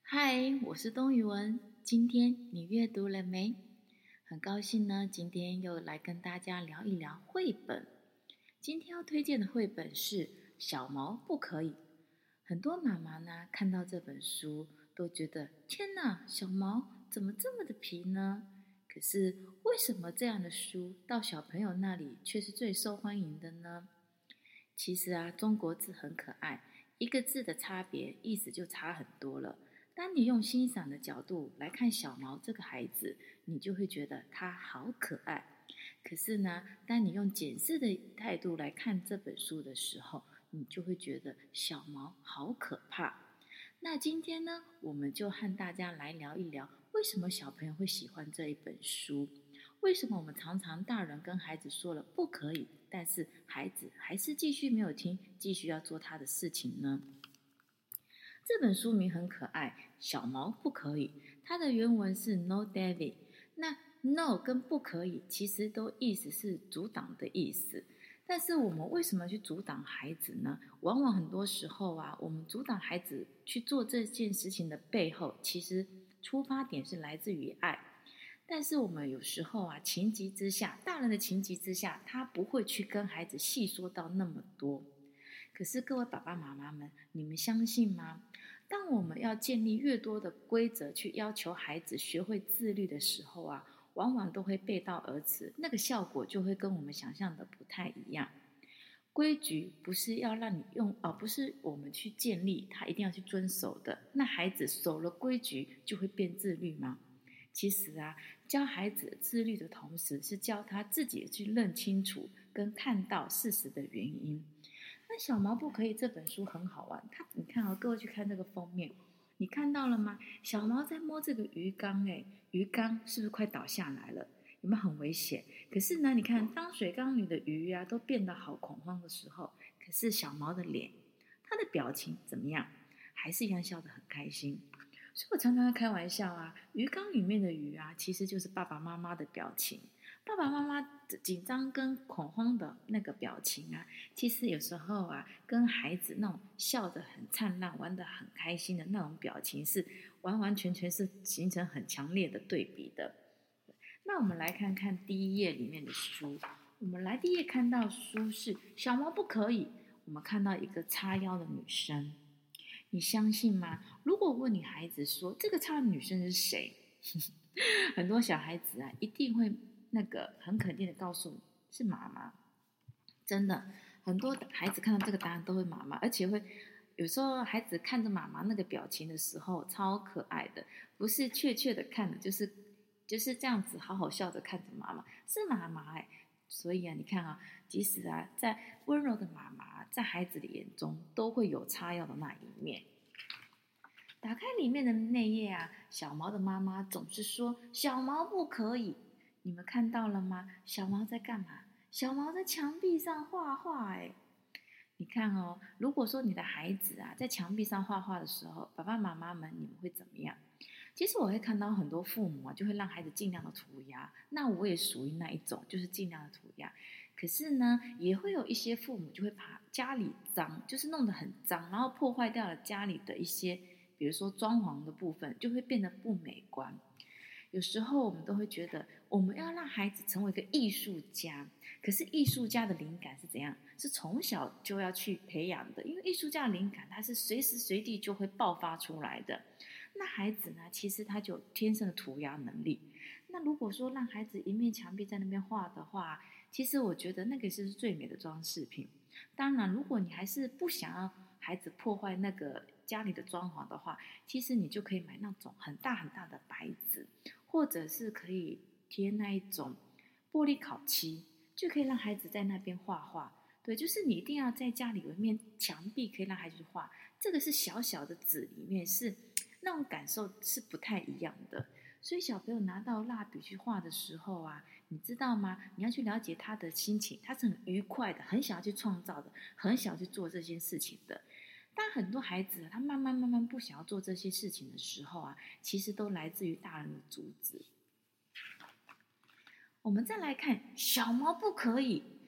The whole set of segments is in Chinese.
嗨，我是东宇文。今天你阅读了没？很高兴呢，今天又来跟大家聊一聊绘本。今天要推荐的绘本是《小毛不可以》。很多妈妈呢看到这本书都觉得天哪，小毛怎么这么的皮呢？可是为什么这样的书到小朋友那里却是最受欢迎的呢？其实啊，中国字很可爱，一个字的差别意思就差很多了。当你用欣赏的角度来看小毛这个孩子，你就会觉得他好可爱。可是呢，当你用检视的态度来看这本书的时候，你就会觉得小毛好可怕。那今天呢，我们就和大家来聊一聊，为什么小朋友会喜欢这一本书？为什么我们常常大人跟孩子说了不可以，但是孩子还是继续没有听，继续要做他的事情呢？这本书名很可爱，小毛不可以。它的原文是 No Daddy。那 No 跟不可以其实都意思是阻挡的意思。但是我们为什么去阻挡孩子呢？往往很多时候啊，我们阻挡孩子去做这件事情的背后，其实出发点是来自于爱。但是我们有时候啊，情急之下，大人的情急之下，他不会去跟孩子细说到那么多。可是各位爸爸妈妈们，你们相信吗？当我们要建立越多的规则去要求孩子学会自律的时候啊，往往都会背道而驰，那个效果就会跟我们想象的不太一样。规矩不是要让你用，不是我们去建立，他一定要去遵守的。那孩子守了规矩就会变自律吗？其实啊，教孩子自律的同时，是教他自己去认清楚跟看到事实的原因。那小毛不可以这本书很好玩，你看啊，各位去看这个封面，你看到了吗？小毛在摸这个鱼缸，鱼缸是不是快倒下来了？有没有很危险？可是呢，你看当水缸里的鱼啊都变得好恐慌的时候，可是小毛的脸，他的表情怎么样？还是一样笑得很开心。所以我常常开玩笑啊，鱼缸里面的鱼啊，其实就是爸爸妈妈的表情。爸爸妈妈紧张跟恐慌的那个表情啊，其实有时候啊，跟孩子那种笑得很灿烂、玩得很开心的那种表情，是完完全全是形成很强烈的对比的。那我们来看看第一页里面的书。我们来第一页看到书是小毛不可以，我们看到一个叉腰的女生。你相信吗？如果问你孩子说这个叉腰的女生是谁，很多小孩子啊一定会很肯定的告诉你是妈妈。真的，很多孩子看到这个答案都会妈妈，而且会有时候孩子看着妈妈那个表情的时候超可爱的，不是确切的看的，就是这样子好好笑的看着妈妈，是妈妈所以啊，你看啊，即使啊在温柔的妈妈，在孩子的眼中都会有叉腰的那一面。打开里面的内页啊，小毛的妈妈总是说小毛不可以。你们看到了吗？小毛在干嘛？小毛在墙壁上画画。你看哦，如果说你的孩子啊在墙壁上画画的时候，爸爸妈妈们你们会怎么样？其实我会看到很多父母啊，就会让孩子尽量的涂鸦。那我也属于那一种，就是尽量的涂鸦。可是呢，也会有一些父母就会把家里脏，就是弄得很脏，然后破坏掉了家里的一些，比如说装潢的部分，就会变得不美观。有时候我们都会觉得，我们要让孩子成为一个艺术家，可是艺术家的灵感是怎样？是从小就要去培养的，因为艺术家的灵感它是随时随地就会爆发出来的。那孩子呢，其实他就有天生的涂鸦能力。那如果说让孩子一面墙壁在那边画的话，其实我觉得那个是最美的装饰品。当然，如果你还是不想要孩子破坏那个家里的装潢的话，其实你就可以买那种很大很大的白纸，或者是可以贴那一种玻璃烤漆，就可以让孩子在那边画画。对，就是你一定要在家里有一面墙壁可以让孩子去画，这个是小小的纸里面是那种感受是不太一样的。所以小朋友拿到蜡笔去画的时候啊，你知道吗？你要去了解他的心情，他是很愉快的，很想要去创造的，很想要去做这件事情的。但很多孩子他慢慢不想要做这些事情的时候啊，其实都来自于大人的阻止。我们再来看小毛不可以，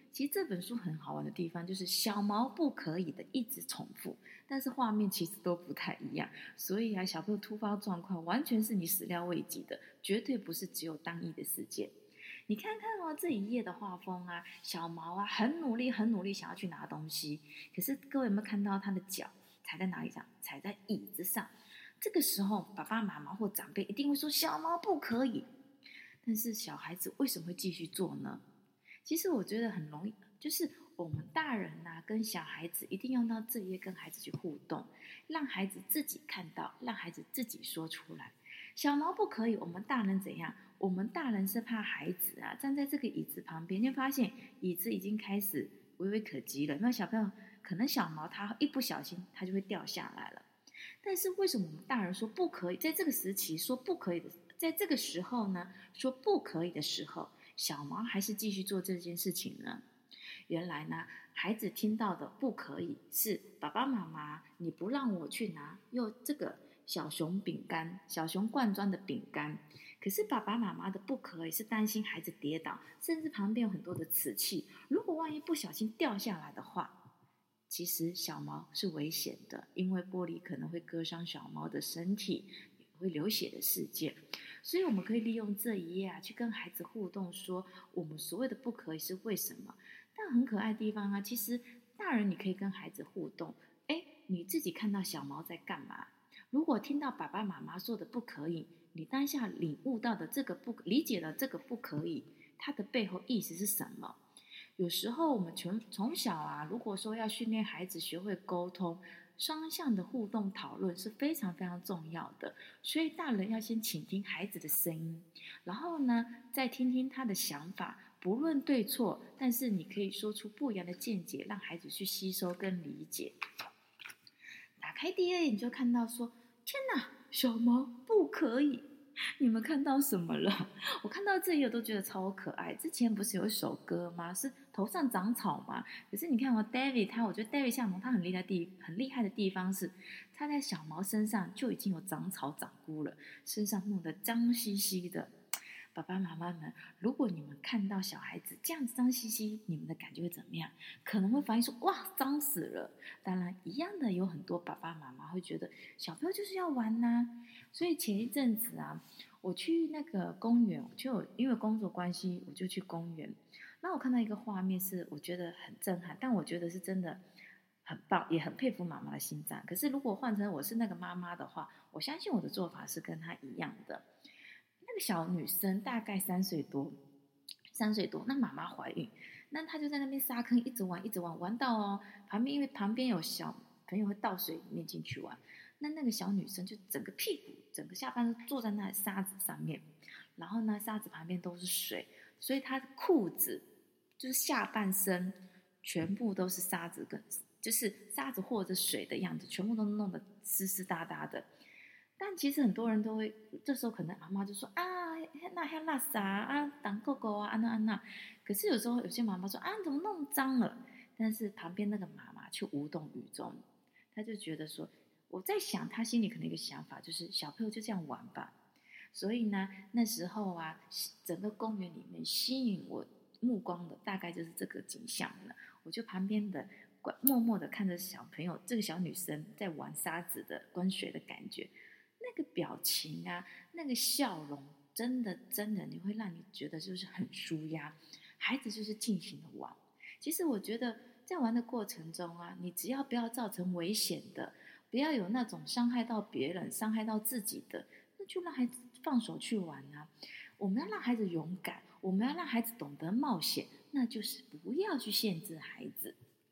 其实这本书很好玩的地方就是小毛不可以的一直重复，但是画面其实都不太一样，所以小朋友突发状况完全是你始料未及的，绝对不是只有单一的事件。你看看这一页的画风小毛很努力很努力想要去拿东西，可是各位有没有看到他的脚踩在哪里上？踩在椅子上。这个时候爸爸妈妈或长辈一定会说小毛不可以，但是小孩子为什么会继续做呢？其实我觉得很容易，就是我们大人跟小孩子一定要到这一页跟孩子去互动，让孩子自己看到，让孩子自己说出来。小毛不可以，我们大人怎样？我们大人是怕孩子站在这个椅子旁边，就发现椅子已经开始微微可及了。有没有小朋友？可能小毛他一不小心他就会掉下来了。但是为什么我们大人说不可以？在这个时期说不可以的，在这个时候呢，说不可以的时候，小毛还是继续做这件事情呢？原来呢，孩子听到的不可以是爸爸妈妈你不让我去拿用这个小熊饼干、小熊罐装的饼干，可是爸爸妈妈的不可以是担心孩子跌倒，甚至旁边有很多的瓷器，如果万一不小心掉下来的话，其实小毛是危险的，因为玻璃可能会割伤小毛的身体，也会流血的事件。所以我们可以利用这一页去跟孩子互动，说我们所谓的不可以是为什么。但很可爱的地方其实大人你可以跟孩子互动，你自己看到小毛在干嘛？如果听到爸爸妈妈说的不可以，你当下领悟到的这个不理解了这个不可以，它的背后意思是什么？有时候我们从小如果说要训练孩子学会沟通，双向的互动讨论是非常非常重要的。所以大人要先倾听孩子的声音，然后呢，再听听他的想法，不论对错，但是你可以说出不一样的见解，让孩子去吸收跟理解。打开第二页，你就看到说，天哪，小毛不可以！你们看到什么了？我看到这里我都觉得超可爱。之前不是有一首歌吗？是头上长草吗？可是你看David 我觉得 David 夏农他很厉害的地方是，他在小毛身上就已经有长草长菇了，身上弄得脏兮兮的。爸爸妈妈们，如果你们看到小孩子这样子脏兮兮，你们的感觉会怎么样？可能会反应说，哇，脏死了。当然一样的，有很多爸爸妈妈会觉得小朋友就是要玩所以前一阵子我去那个公园，因为工作关系我就去公园，那我看到一个画面是我觉得很震撼，但我觉得是真的很棒，也很佩服妈妈的心脏。可是如果换成我是那个妈妈的话，我相信我的做法是跟她一样的。那个小女生大概3岁多，那妈妈怀孕，那她就在那边沙坑一直玩，玩到因为旁边有小朋友会倒水里面进去玩，那个小女生就整个屁股、整个下半身坐在那沙子上面，然后呢，沙子旁边都是水，所以她的裤子就是下半身全部都是沙子就是沙子或者水的样子，全部都弄得湿湿哒哒的。但其实很多人都会，这时候可能阿妈就说那啥当狗狗那，可是有时候有些妈妈说怎么弄脏了？但是旁边那个妈妈却无动于衷，她就觉得说，我在想，她心里可能一个想法就是小朋友就这样玩吧。所以呢，那时候整个公园里面吸引我目光的大概就是这个景象了。我就旁边的默默的看着小朋友，这个小女生在玩沙子的观水的感觉。那个表情那个笑容，真的你会让你觉得就是很舒压。孩子就是尽情的玩。其实我觉得在玩的过程中你只要不要造成危险的，不要有那种伤害到别人、伤害到自己的，那就让孩子放手去玩我们要让孩子勇敢，我们要让孩子懂得冒险，那就是不要去限制孩子。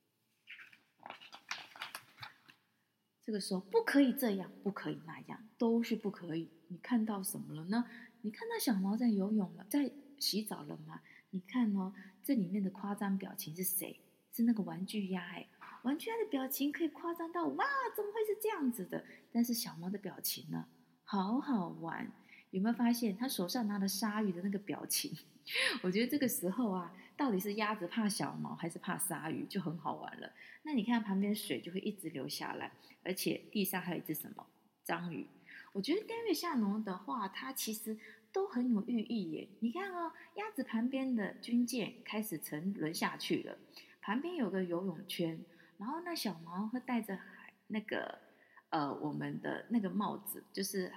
这个时候不可以这样，不可以那样，都是不可以。你看到什么了呢？你看到小毛在游泳了，在洗澡了吗？你看这里面的夸张表情是谁？是那个玩具鸭玩具鸭的表情可以夸张到哇，怎么会是这样子的？但是小毛的表情呢，好好玩。有没有发现他手上拿的鲨鱼的那个表情？我觉得这个时候到底是鸭子怕小毛还是怕鲨鱼，就很好玩了。那你看旁边水就会一直流下来，而且地上还有一只什么章鱼。我觉得David夏农的话，他其实都很有寓意耶。你看哦，鸭子旁边的军舰开始沉沦下去了，旁边有个游泳圈，然后那小毛会戴着那个我们的那个帽子，就是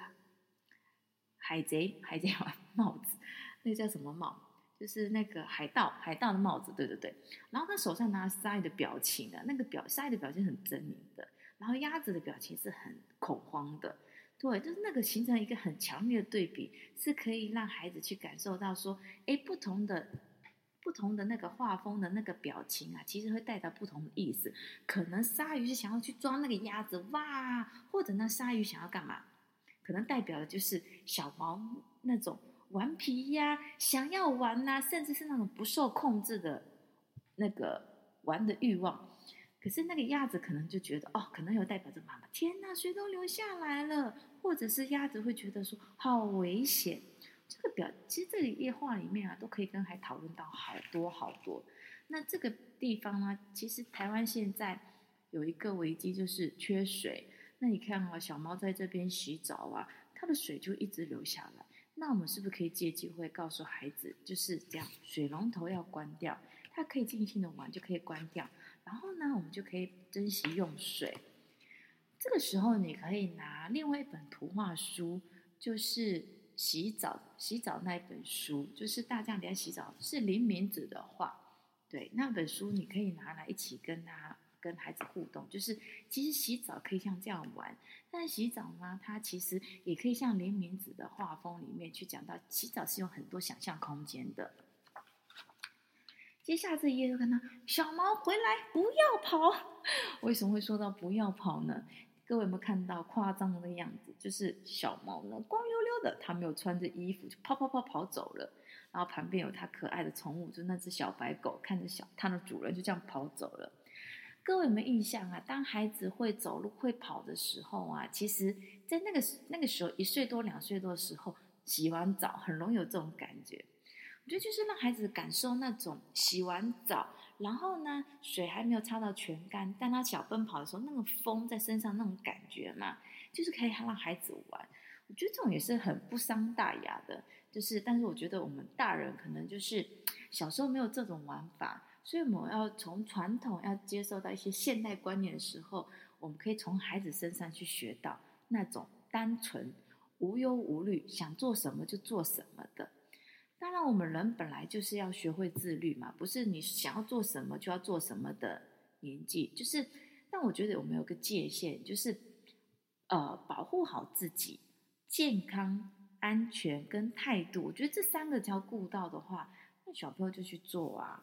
海贼王帽子，那个叫什么帽？就是那个海盗的帽子，对对对。然后他手上拿鲨鱼的表情啊，那个鲨鱼的表情很狰狞的，然后鸭子的表情是很恐慌的，对，就是那个形成一个很强烈的对比，是可以让孩子去感受到说，哎，不同的那个画风的那个表情啊，其实会带到不同的意思。可能鲨鱼是想要去抓那个鸭子，哇，或者那鲨鱼想要干嘛？可能代表的就是小毛那种顽皮呀、想要玩呐、甚至是那种不受控制的那个玩的欲望。可是那个鸭子可能就觉得，哦，可能有代表着妈妈，天哪，水都流下来了，或者是鸭子会觉得说好危险。这个其实这里页画里面啊，都可以跟孩子讨论到好多好多。那这个地方呢，其实台湾现在有一个危机，就是缺水。那你看啊，小猫在这边洗澡啊，它的水就一直流下来。那我们是不是可以借机会告诉孩子，就是这样，水龙头要关掉，它可以尽情的玩就可以关掉。然后呢，我们就可以珍惜用水。这个时候，你可以拿另外一本图画书，就是洗澡那一本书，就是大象在洗澡，是林明子的画。对，那本书你可以拿来一起跟孩子互动，就是其实洗澡可以像这样玩，但洗澡呢，它其实也可以像林明子的画风里面去讲到，洗澡是有很多想象空间的。接下来这一页就看到小毛回来，不要跑。为什么会说到不要跑呢？各位有没有看到夸张的样子？就是小毛呢光溜溜的，他没有穿着衣服就跑走了。然后旁边有他可爱的宠物，就那只小白狗，看着它的主人就这样跑走了。各位有没有印象啊？当孩子会走路会跑的时候啊，其实在那个时候1岁多2岁多的时候，洗完澡很容易有这种感觉。我觉得就是让孩子感受那种洗完澡，然后呢水还没有擦到全干，但他小奔跑的时候，那个风在身上那种感觉嘛，就是可以让孩子玩。我觉得这种也是很不伤大雅的，但是我觉得我们大人可能就是小时候没有这种玩法，所以我们要从传统要接受到一些现代观念的时候，我们可以从孩子身上去学到那种单纯、无忧无虑，想做什么就做什么的。当然，我们人本来就是要学会自律嘛，不是你想要做什么就要做什么的年纪。但我觉得我们有个界限，就是保护好自己、健康、安全跟态度。我觉得这3个只要顾到的话，那小朋友就去做啊。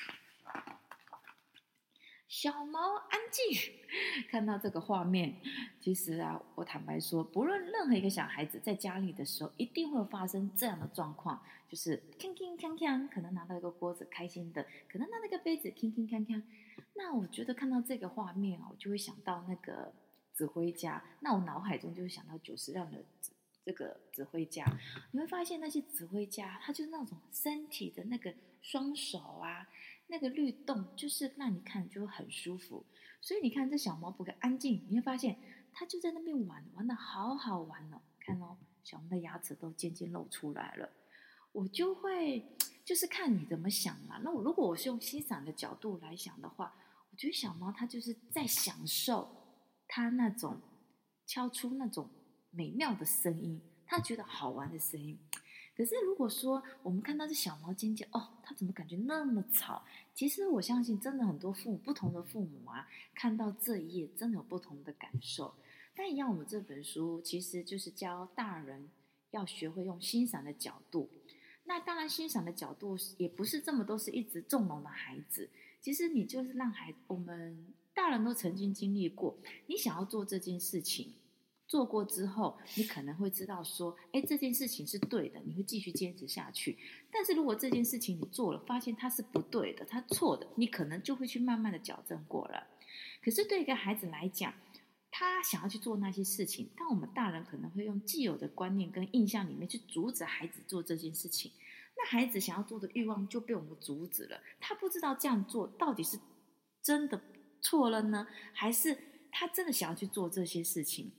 小毛安静。看到这个画面，其实啊，我坦白说，不论任何一个小孩子在家里的时候，一定会发生这样的状况，就是铿铿锵锵，可能拿到一个锅子开心的，可能拿到一个杯子铿铿锵锵。那我觉得看到这个画面我就会想到那个指挥家，那我脑海中就会想到90辆的这个指挥家。你会发现那些指挥家，他就是那种身体的那个双手啊，那个律动，就是让你看就会很舒服。所以你看这小毛不个安静，你会发现它就在那边玩的好好玩哦。看哦，小毛的牙齿都渐渐露出来了。我就会就是看你怎么想啦。那如果我是用欣赏的角度来想的话，我觉得小毛它就是在享受它那种敲出那种美妙的声音，它觉得好玩的声音。可是如果说我们看到这小毛尖叫，哦，它怎么感觉那么吵？其实我相信真的很多不同的父母啊，看到这一页真的有不同的感受。但一样，我们这本书其实就是教大人要学会用欣赏的角度。那当然，欣赏的角度也不是这么都是一直纵容的孩子。其实你就是让我们大人都曾经经历过，你想要做这件事情，做过之后，你可能会知道说，哎，这件事情是对的，你会继续坚持下去。但是如果这件事情你做了，发现它是不对的，它错的，你可能就会去慢慢的矫正过了。可是对一个孩子来讲，他想要去做那些事情，但我们大人可能会用既有的观念跟印象里面去阻止孩子做这件事情，那孩子想要做的欲望就被我们阻止了。他不知道这样做到底是真的错了呢，还是他真的想要去做这些事情。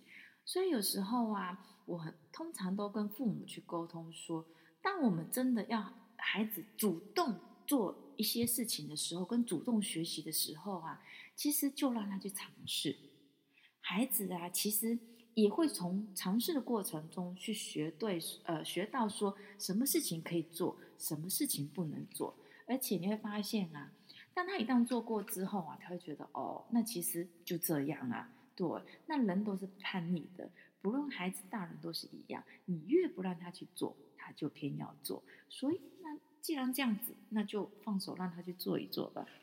所以有时候啊，通常都跟父母去沟通说，当我们真的要孩子主动做一些事情的时候，跟主动学习的时候啊，其实就让他去尝试。孩子啊，其实也会从尝试的过程中去学到说什么事情可以做，什么事情不能做。而且你会发现啊，当他一旦做过之后啊，他会觉得哦，那其实就这样啊。对，那人都是叛逆的，不论孩子大人都是一样。你越不让他去做，他就偏要做。所以那既然这样子，那就放手让他去做一做吧。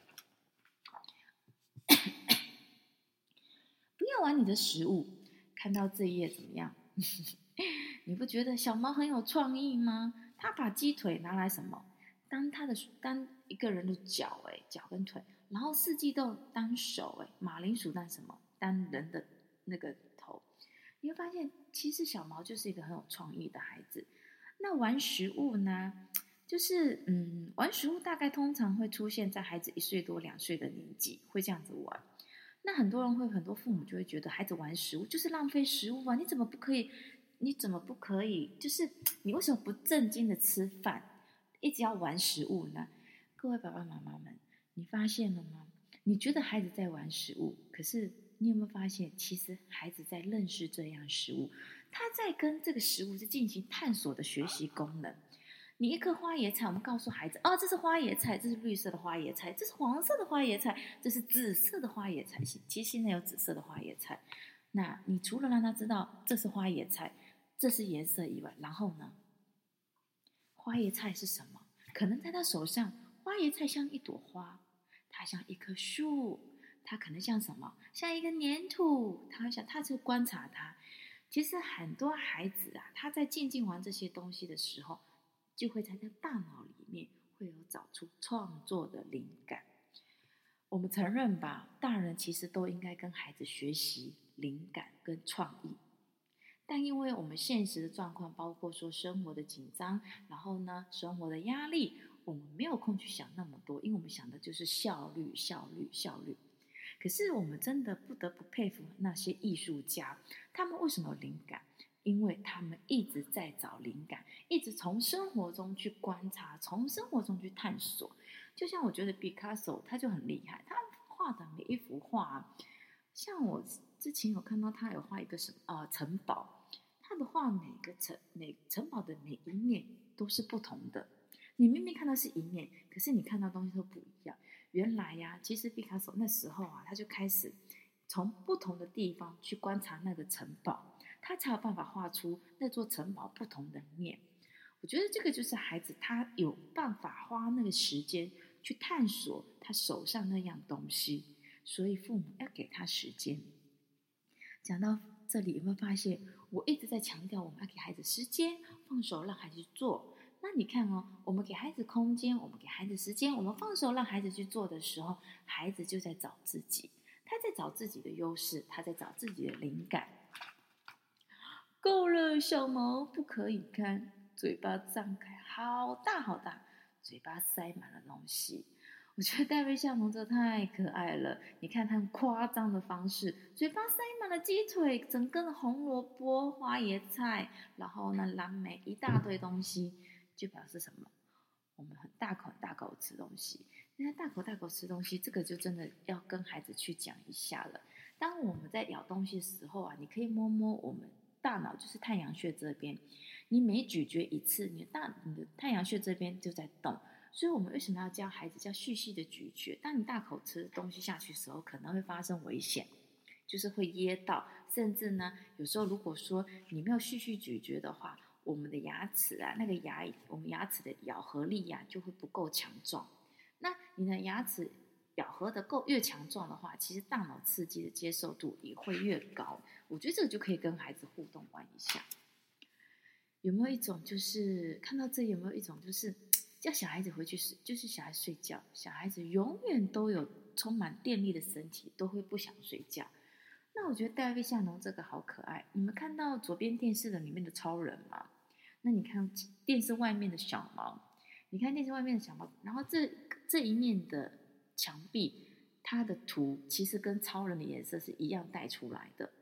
不要玩你的食物。看到这一页怎么样？你不觉得小猫很有创意吗？它把鸡腿拿来什么？当一个人的脚，脚跟腿，然后四季豆当手，马铃薯当什么？当人的那个头。你会发现，其实小毛就是一个很有创意的孩子。那玩食物呢？就是玩食物大概通常会出现在孩子1岁多2岁的年纪，会这样子玩。那很多父母就会觉得孩子玩食物就是浪费食物啊！你怎么不可以？你怎么不可以？就是你为什么不正经的吃饭，一直要玩食物呢？各位爸爸妈妈们，你发现了吗？你觉得孩子在玩食物，可是你有没有发现，其实孩子在认识这样食物，他在跟这个食物是进行探索的学习功能。你一颗花椰菜，我们告诉孩子，哦，这是花椰菜，这是绿色的花椰菜，这是黄色的花椰菜，这是紫色的花椰菜。其实现在有紫色的花椰菜。那你除了让他知道这是花椰菜，这是颜色以外，然后呢？花椰菜是什么？可能在他手上，花椰菜像一朵花，它像一棵树，它可能像什么？像一个粘土。他就观察它。其实很多孩子啊，他在静静玩这些东西的时候，就会在他大脑里面会有找出创作的灵感。我们承认吧，大人其实都应该跟孩子学习灵感跟创意。但因为我们现实的状况，包括说生活的紧张，然后呢，生活的压力，我们没有空去想那么多，因为我们想的就是效率、效率、效率。可是我们真的不得不佩服那些艺术家，他们为什么有灵感？因为他们一直在找灵感，一直从生活中去观察，从生活中去探索。就像我觉得毕卡索他就很厉害，他画的每一幅画，像我之前有看到他有画一个城堡，他的画每城堡的每一面都是不同的。你明明看到是一面，可是你看到东西都不一样。原来呀，其实毕卡索那时候啊，他就开始从不同的地方去观察那个城堡，他才有办法画出那座城堡不同的面。我觉得这个就是孩子他有办法花那个时间去探索他手上那样东西，所以父母要给他时间。讲到这里，有没有发现我一直在强调我们要给孩子时间，放手让孩子去做。那你看哦，我们给孩子空间，我们给孩子时间，我们放手让孩子去做的时候，孩子就在找自己，他在找自己的优势，他在找自己的灵感。够了，小毛不可以看，嘴巴张开好大好大，嘴巴塞满了东西。我觉得戴维夏农这太可爱了，你看他夸张的方式，嘴巴塞满了鸡腿，整个的红萝卜、花椰菜，然后呢蓝莓，一大堆东西，就表示什么？我们很大口大口吃东西。那大口大口吃东西，这个就真的要跟孩子去讲一下了。当我们在咬东西的时候啊，你可以摸摸我们大脑，就是太阳穴这边，你每咀嚼一次，你的太阳穴这边就在动。所以我们为什么要教孩子叫细细的咀嚼？当你大口吃东西下去的时候，可能会发生危险，就是会噎到，甚至呢，有时候如果说你没有细细咀嚼的话，我们的牙齿啊，我们牙齿的咬合力啊，就会不够强壮。那你的牙齿咬合的越强壮的话，其实大脑刺激的接受度也会越高。我觉得这个就可以跟孩子互动玩一下。有没有一种就是看到这，有没有一种就是叫小孩子回去就是小孩睡觉，小孩子永远都有充满电力的身体，都会不想睡觉。那我觉得戴维夏农这个好可爱。你们看到左边电视的里面的超人吗？那你看电视外面的小毛，你看电视外面的小毛，然后这一面的墙壁，它的图其实跟超人的颜色是一样带出来的。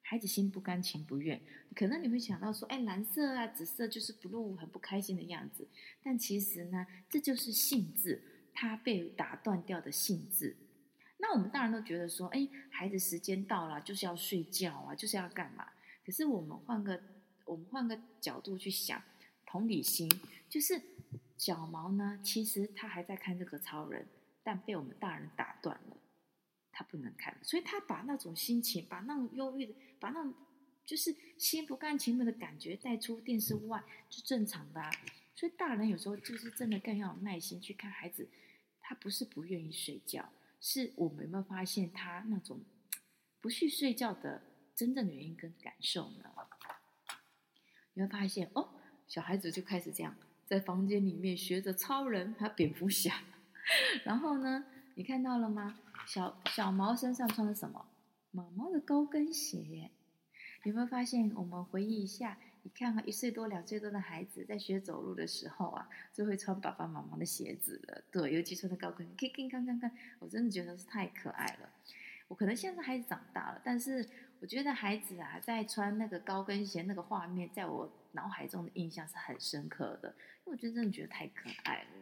孩子心不甘情不愿，可能你会想到说，蓝色啊、紫色就是 blue 很不开心的样子，但其实呢，这就是兴致，他被打断掉的兴致。那我们当然都觉得说，孩子时间到了，就是要睡觉啊，就是要干嘛？可是我们换个角度去想，同理心，就是小毛呢，其实他还在看这个超人，但被我们大人打断了，他不能看，所以他把那种心情，把那种忧郁的，把那种就是心不甘情不愿的感觉带出电视外，是正常的啊。所以大人有时候就是真的更要有耐心去看孩子，他不是不愿意睡觉，是我们有没有发现他那种不去睡觉的真正的原因跟感受呢？你会发现小孩子就开始这样在房间里面学着超人还有蝙蝠侠，然后呢，你看到了吗？小毛身上穿的什么？毛毛的高跟鞋耶。有没有发现？我们回忆一下，你看1岁多、2岁多的孩子在学走路的时候啊，就会穿爸爸妈妈的鞋子了。对，尤其穿的高跟鞋，看，我真的觉得是太可爱了。我可能现在孩子长大了，但是我觉得孩子啊，在穿那个高跟鞋那个画面，在我脑海中的印象是很深刻的，因为我真的觉得太可爱了。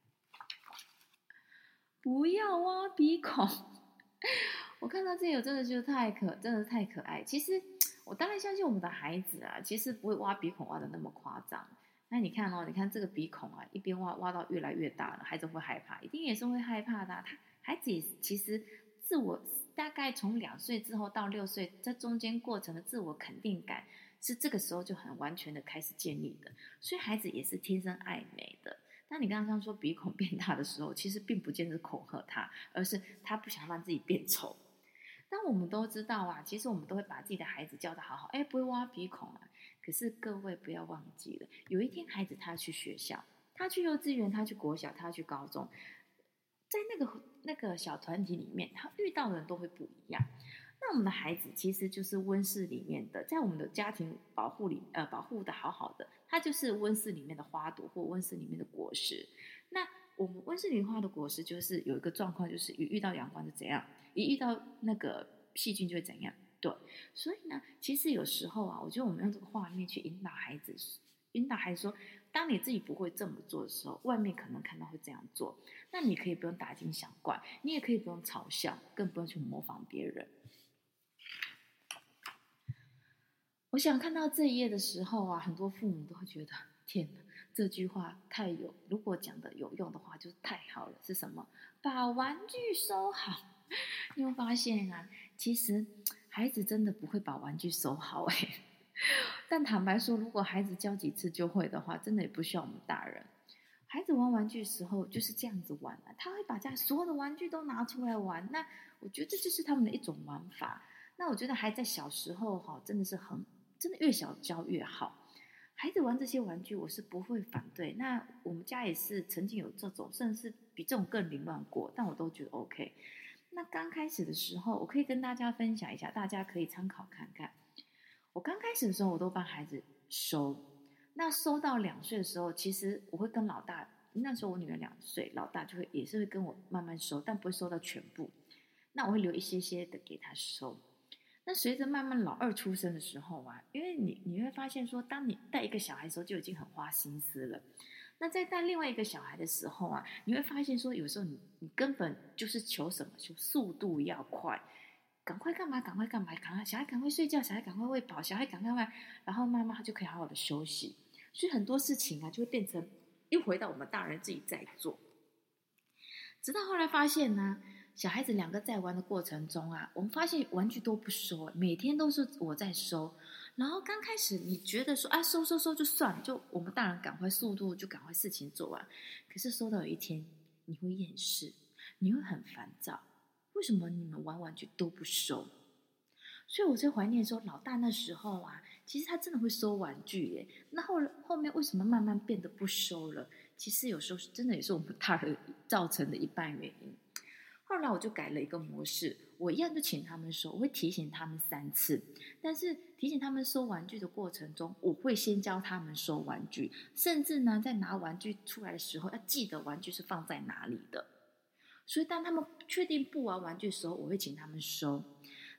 不要挖鼻孔！我看到这个，我真的觉得真的是太可爱。其实我当然相信我们的孩子啊，其实不会挖鼻孔挖的那么夸张。那你看你看这个鼻孔啊，一边挖到越来越大了，孩子会害怕，一定也是会害怕的啊。孩子也其实自我大概从2岁之后到6岁，这中间过程的自我肯定感是这个时候就很完全的开始建立的，所以孩子也是天生爱美的。但你刚刚说鼻孔变大的时候，其实并不见得是恐吓他，而是他不想让自己变丑。但我们都知道啊，其实我们都会把自己的孩子教得好好，不会挖鼻孔啊。可是各位不要忘记了，有一天孩子他去学校，他去幼稚园，他去国小，他去高中，在那个小团体里面，他遇到的人都会不一样。那我们的孩子其实就是温室里面的，在我们的家庭保护的好好的，它就是温室里面的花朵或温室里面的果实。那我们温室里花的果实就是有一个状况，就是一遇到阳光就怎样，一遇到那个细菌就会怎样。对，所以呢，其实有时候啊，我觉得我们用这个画面去引导孩子说，当你自己不会这么做的时候，外面可能看到会这样做，那你可以不用大惊小怪，你也可以不用嘲笑，更不用去模仿别人。我想看到这一页的时候啊，很多父母都会觉得，天哪，这句话如果讲的有用的话，就是太好了。是什么？把玩具收好。你会发现啊，其实孩子真的不会把玩具收好但坦白说，如果孩子教几次就会的话，真的也不需要我们大人。孩子玩玩具的时候就是这样子玩啊，他会把家所有的玩具都拿出来玩。那我觉得这就是他们的一种玩法。那我觉得还在小时候真的是真的越小教越好。孩子玩这些玩具，我是不会反对。那我们家也是曾经有这种，甚至是比这种更凌乱过，但我都觉得 OK。那刚开始的时候，我可以跟大家分享一下，大家可以参考看看。我刚开始的时候，我都帮孩子收。那收到2岁的时候，其实我会跟老大，那时候我女儿2岁，老大也是会跟我慢慢收，但不会收到全部。那我会留一些些的给他收。那随着慢慢老二出生的时候啊，因为你会发现说，当你带一个小孩的时候，就已经很花心思了。那在带另外一个小孩的时候啊，你会发现说，有时候你根本就是求什么？求速度要快，赶快干嘛？赶快干嘛？小孩赶快睡觉，小孩赶快喂饱，小孩赶快玩，然后妈妈就可以好好的休息。所以很多事情啊，就会变成又回到我们大人自己在做。直到后来发现呢，小孩子2个在玩的过程中啊，我们发现玩具都不收，每天都是我在收。然后刚开始你觉得说收就算了，就我们大人赶快速度就赶快事情做完。可是收到有一天你会厌世，你会很烦躁，为什么你们玩玩具都不收？所以我在怀念说，老大那时候啊，其实他真的会收玩具耶。那后面为什么慢慢变得不收了？其实有时候真的也是我们大人造成的一半原因。后来我就改了一个模式，我一样就请他们收，我会提醒他们3次。但是提醒他们收玩具的过程中，我会先教他们收玩具，甚至呢，在拿玩具出来的时候，要记得玩具是放在哪里的。所以当他们确定不玩玩具的时候，我会请他们收。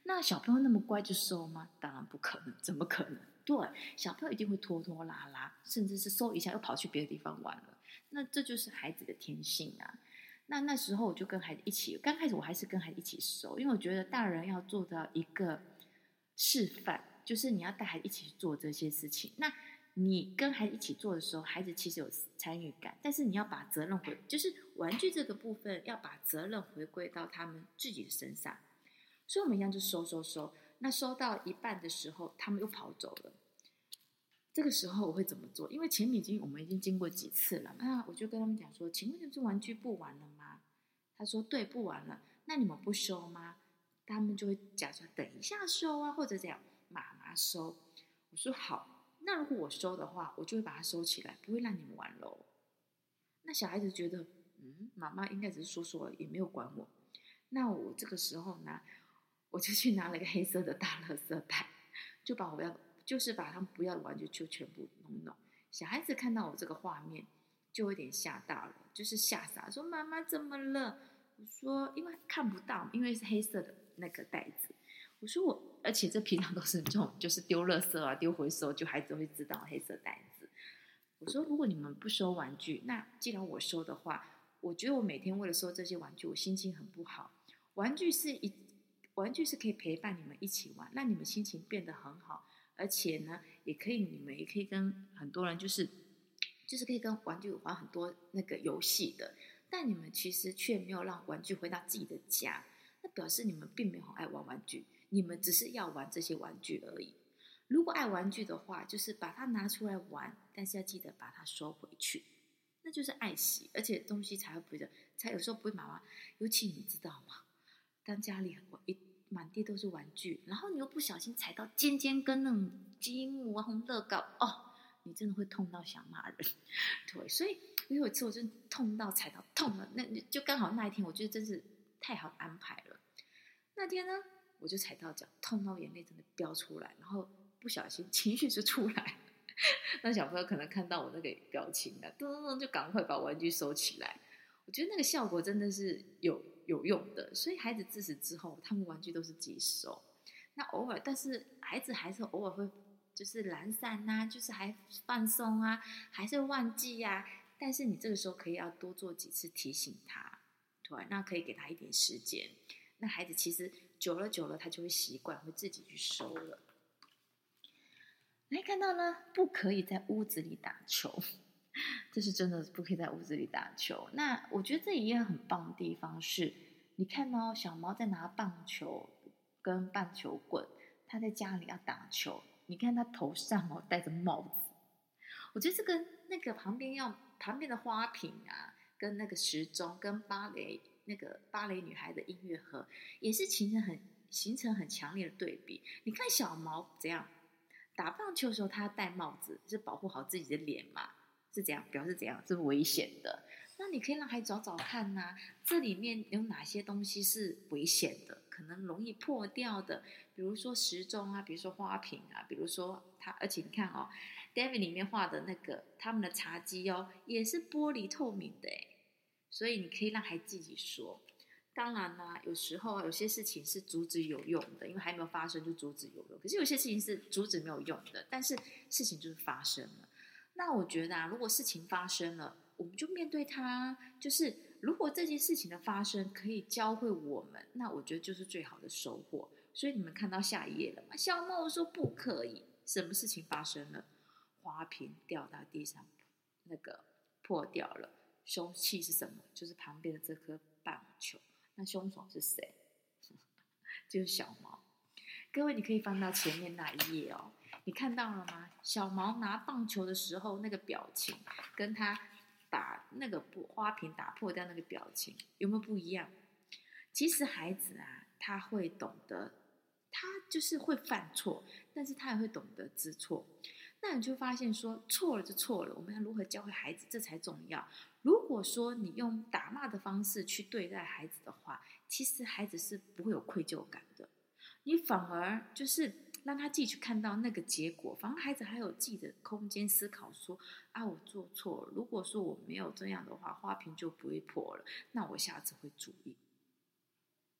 那小朋友那么乖就收吗？当然不可能，怎么可能？对，小朋友一定会拖拖拉拉，甚至是收一下又跑去别的地方玩了。那这就是孩子的天性啊。那时候我就跟孩子一起，刚开始我还是跟孩子一起收，因为我觉得大人要做到一个示范，就是你要带孩子一起去做这些事情。那你跟孩子一起做的时候，孩子其实有参与感，但是你要把责任就是玩具这个部分要把责任回归到他们自己的身上。所以我们一样就收，那收到一半的时候，他们又跑走了。这个时候我会怎么做？因为前面我们已经经过几次了，那我就跟他们讲说：“请问这玩具不玩了吗？”他说：“对，不玩了。”那你们不收吗？他们就会假装等一下收啊，或者这样妈妈收。我说好，那如果我收的话，我就会把它收起来，不会让你们玩喽。那小孩子觉得，妈妈应该只是说说而已，也没有管我。那我这个时候呢，我就去拿了一个黑色的大垃圾袋，就把他们不要的玩具就全部弄。小孩子看到我这个画面，就有点吓到了，就是吓傻，说妈妈怎么了？我说因为看不到，因为是黑色的那个袋子。我说而且这平常都是这种，就是丢垃圾啊、丢回收，就孩子会知道黑色袋子。我说如果你们不收玩具，那既然我收的话，我觉得我每天为了收这些玩具，我心情很不好。玩具是可以陪伴你们一起玩，让你们心情变得很好，而且呢，你们也可以跟很多人就是可以跟玩具玩很多那个游戏的，但你们其实却没有让玩具回到自己的家，那表示你们并没有很爱玩玩具，你们只是要玩这些玩具而已。如果爱玩具的话，就是把它拿出来玩，但是要记得把它收回去，那就是爱惜，而且东西才会不会才有时候不会妈妈，尤其你知道吗？当家里满地都是玩具，然后你又不小心踩到尖尖跟那种积木啊、红乐高，你真的会痛到想骂人。对，所以有一次我真痛到踩到痛了，那就刚好那一天，我觉得真是太好安排了。那天呢，我就踩到脚，痛到眼泪真的飙出来，然后不小心情绪就出来。那小朋友可能看到我那个表情啊，咚，就赶快把玩具收起来。我觉得那个效果真的是有用的，所以孩子自此之后，他们玩具都是自己收。那偶尔，但是孩子还是偶尔会就是懒散啊，就是还放松啊，还是忘记啊。但是你这个时候可以要多做几次提醒他，对，那可以给他一点时间。那孩子其实久了，他就会习惯，会自己去收了。来看到呢，不可以在屋子里打球，这是真的不可以在屋子里打球。那我觉得这一样很棒的地方是，你看到小猫在拿棒球跟棒球棍，它在家里要打球，你看它头上戴着帽子，我觉得这个那个旁边的花瓶啊，跟那个时钟，跟芭蕾女孩的音乐盒，也是形成很强烈的对比。你看小毛怎样打棒球的时候，他戴帽子是保护好自己的脸嘛？是怎样表示怎样是危险的？那你可以让孩子找找看呐，这里面有哪些东西是危险的，可能容易破掉的，比如说时钟啊，比如说花瓶啊，比如说而且你看哦，David 里面画的那个他们的茶几哦，也是玻璃透明的诶，所以你可以让孩子自己说。当然啦，有时候有些事情是阻止有用的，因为还没有发生就阻止有用。可是有些事情是阻止没有用的，但是事情就是发生了。那我觉得啊，如果事情发生了，我们就面对它。就是如果这件事情的发生可以教会我们，那我觉得就是最好的收获。所以你们看到下一页了吗？小猫说不可以，什么事情发生了？花瓶掉到地上，那个破掉了。凶器是什么？就是旁边的这颗棒球。那凶手是谁？就是小毛。各位，你可以翻到前面那一页哦。你看到了吗？小毛拿棒球的时候那个表情，跟他把那个花瓶打破掉那个表情，有没有不一样？其实孩子啊，他会懂得，他就是会犯错，但是他也会懂得知错。那你就发现说，错了就错了，我们要如何教会孩子，这才重要。如果说你用打骂的方式去对待孩子的话，其实孩子是不会有愧疚感的，你反而就是让他自己去看到那个结果，反而孩子还有自己的空间思考说，我做错了，如果说我没有这样的话，花瓶就不会破了，那我下次会注意。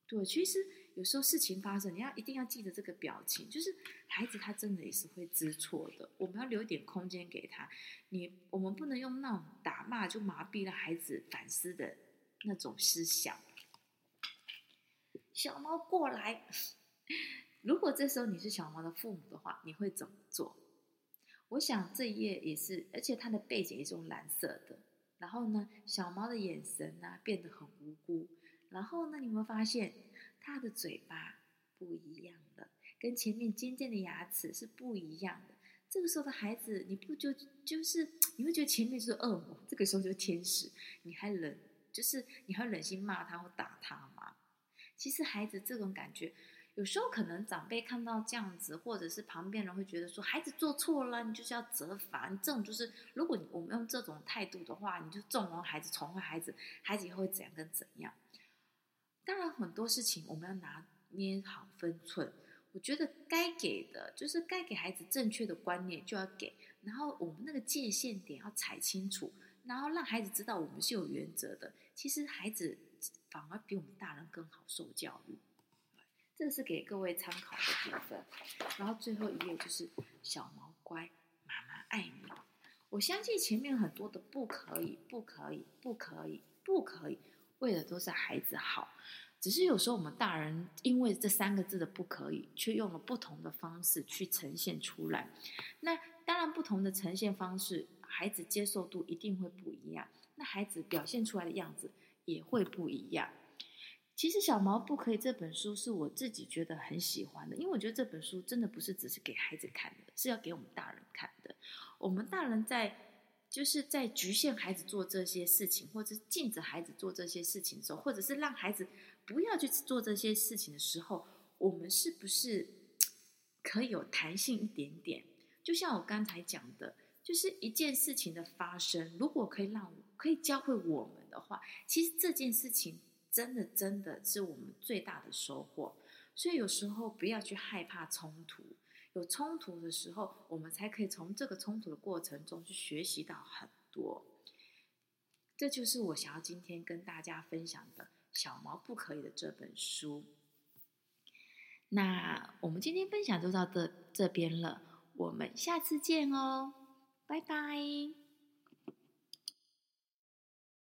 对，其实有时候事情发生，一定要记得这个表情，就是孩子他真的也是会知错的，我们要留一点空间给他。我们不能用那种打骂就麻痹了孩子反思的那种思想。小猫过来，如果这时候你是小猫的父母的话，你会怎么做？我想这一页也是，而且它的背景也是用蓝色的。然后呢，小猫的眼神呢变得很无辜。然后呢，你有没有发现它的嘴巴不一样了，跟前面尖尖的牙齿是不一样的。这个时候的孩子，你不就是你会觉得前面就是恶魔，这个时候就是天使，你还忍心骂他或打他吗？其实孩子这种感觉，有时候可能长辈看到这样子，或者是旁边人会觉得说孩子做错了，你就是要责罚。你这种就是，如果我们用这种态度的话，你就纵容孩子、宠坏孩子，孩子以后会怎样跟怎样。当然很多事情我们要拿捏好分寸。我觉得该给的就是该给孩子正确的观念就要给，然后我们那个界限点要踩清楚，然后让孩子知道我们是有原则的。其实孩子反而比我们大人更好受教育。这是给各位参考的部分。然后最后一页就是小毛乖，妈妈爱你。我相信前面很多的不可以、不可以、不可以、不可以，为的都是孩子好。只是有时候我们大人因为这3个字的不可以，却用了不同的方式去呈现出来。那当然不同的呈现方式，孩子接受度一定会不一样，那孩子表现出来的样子也会不一样。其实《小毛不可以》这本书是我自己觉得很喜欢的，因为我觉得这本书真的不是只是给孩子看的，是要给我们大人看的。我们大人在局限孩子做这些事情，或者是禁止孩子做这些事情的时候，或者是让孩子不要去做这些事情的时候，我们是不是可以有弹性一点点？就像我刚才讲的，就是一件事情的发生，如果可以教会我们的话，其实这件事情真的是我们最大的收获。所以有时候不要去害怕冲突，有冲突的时候，我们才可以从这个冲突的过程中去学习到很多。这就是我想要今天跟大家分享的《小毛不可以》的这本书。那我们今天分享就到这边了，我们下次见哦，拜拜。